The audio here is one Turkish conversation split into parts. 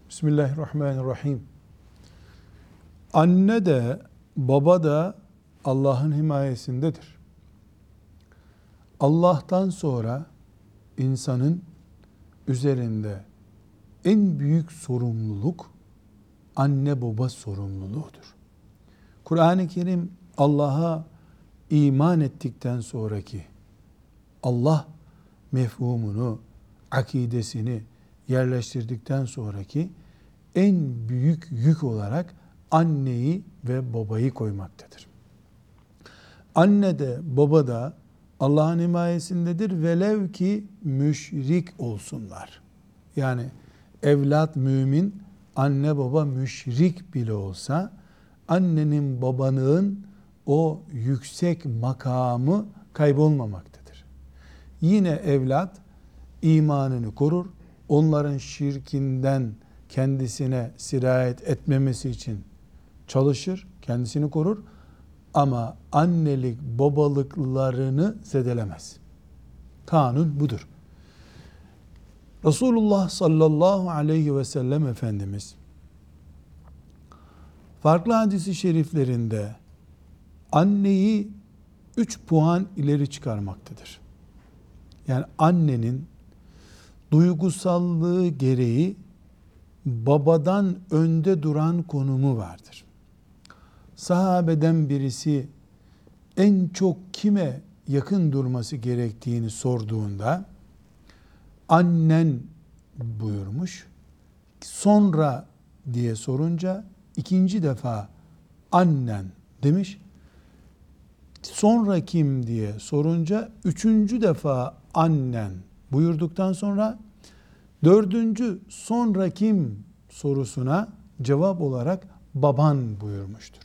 Bismillahirrahmanirrahim. Anne de baba da Allah'ın himayesindedir. Allah'tan sonra insanın üzerinde en büyük sorumluluk anne baba sorumluluğudur. Kur'an-ı Kerim Allah'a iman ettikten sonraki Allah mefhumunu, akidesini yerleştirdikten sonraki en büyük yük olarak anneyi ve babayı koymaktadır. Anne de baba da Allah'ın himayesindedir velev ki müşrik olsunlar. Yani evlat mümin, anne baba müşrik bile olsa annenin babanın o yüksek makamı kaybolmamaktadır. Yine evlat imanını korur, onların şirkinden kendisine sirayet etmemesi için çalışır, kendisini korur ama annelik babalıklarını zedelemez. Kanun budur. Resulullah sallallahu aleyhi ve sellem Efendimiz farklı hadis-i şeriflerinde anneyi 3 puan ileri çıkarmaktadır. Yani annenin duygusallığı gereği babadan önde duran konumu vardır. Sahabeden birisi en çok kime yakın durması gerektiğini sorduğunda annen buyurmuş. Sonra diye sorunca ikinci defa annen demiş. Sonra kim diye sorunca üçüncü defa annen buyurduktan sonra dördüncü sonra kim sorusuna cevap olarak baban buyurmuştur.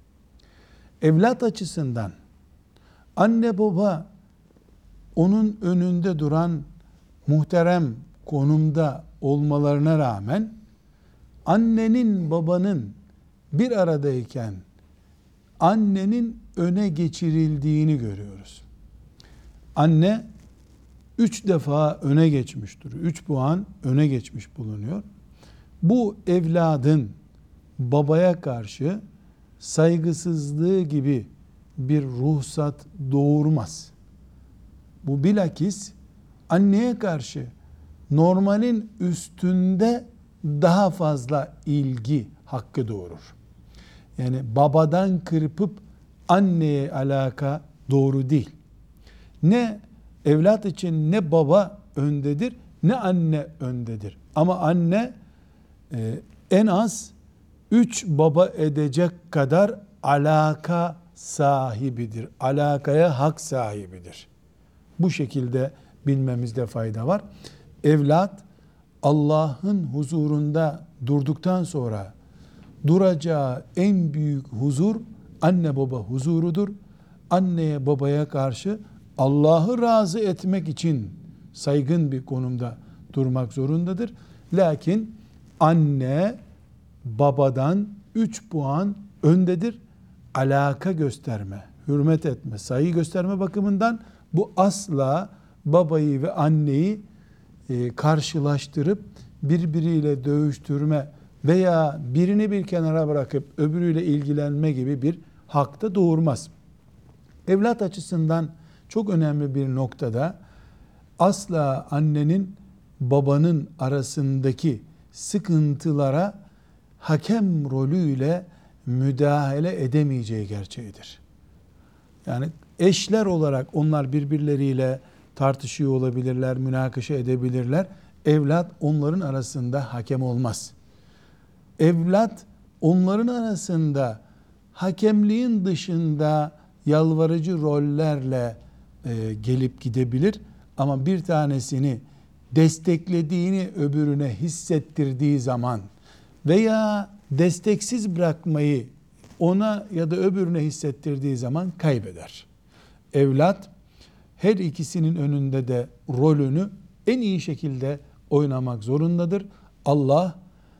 Evlat açısından anne baba onun önünde duran muhterem konumda olmalarına rağmen annenin babanın bir aradayken annenin öne geçirildiğini görüyoruz. Anne 3 defa öne geçmiştir. 3 puan öne geçmiş bulunuyor. Bu evladın babaya karşı saygısızlığı gibi bir ruhsat doğurmaz. Bu bilakis anneye karşı normalin üstünde daha fazla ilgi hakkı doğurur. Yani babadan kırpıp anneye alaka doğru değil. Ne evlat için ne baba öndedir ne anne öndedir. Ama anne en az 3 baba edecek kadar alaka sahibidir. Alakaya hak sahibidir. Bu şekilde bilmemizde fayda var. Evlat Allah'ın huzurunda durduktan sonra duracağı en büyük huzur anne baba huzurudur. Anneye babaya karşı Allah'ı razı etmek için saygın bir konumda durmak zorundadır. Lakin anne babadan 3 puan öndedir. Alaka gösterme, hürmet etme, saygı gösterme bakımından bu asla babayı ve anneyi karşılaştırıp birbiriyle dövüştürme veya birini bir kenara bırakıp öbürüyle ilgilenme gibi bir hak da doğurmaz. Evlat açısından çok önemli bir noktada asla annenin babanın arasındaki sıkıntılara hakem rolüyle müdahale edemeyeceği gerçeğidir. Yani eşler olarak onlar birbirleriyle tartışıyor olabilirler, münakaşa edebilirler. Evlat onların arasında hakem olmaz. Evlat onların arasında hakemliğin dışında yalvarıcı rollerle gelip gidebilir. Ama bir tanesini desteklediğini öbürüne hissettirdiği zaman veya desteksiz bırakmayı ona ya da öbürüne hissettirdiği zaman kaybeder. Evlat her ikisinin önünde de rolünü en iyi şekilde oynamak zorundadır. Allah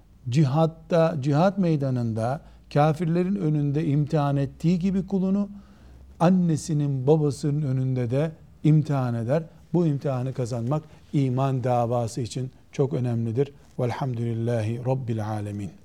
cihat meydanında kafirlerin önünde imtihan ettiği gibi kulunu annesinin babasının önünde de imtihan eder. Bu imtihanı kazanmak iman davası için çok önemlidir. Velhamdülillahi Rabbil alemin.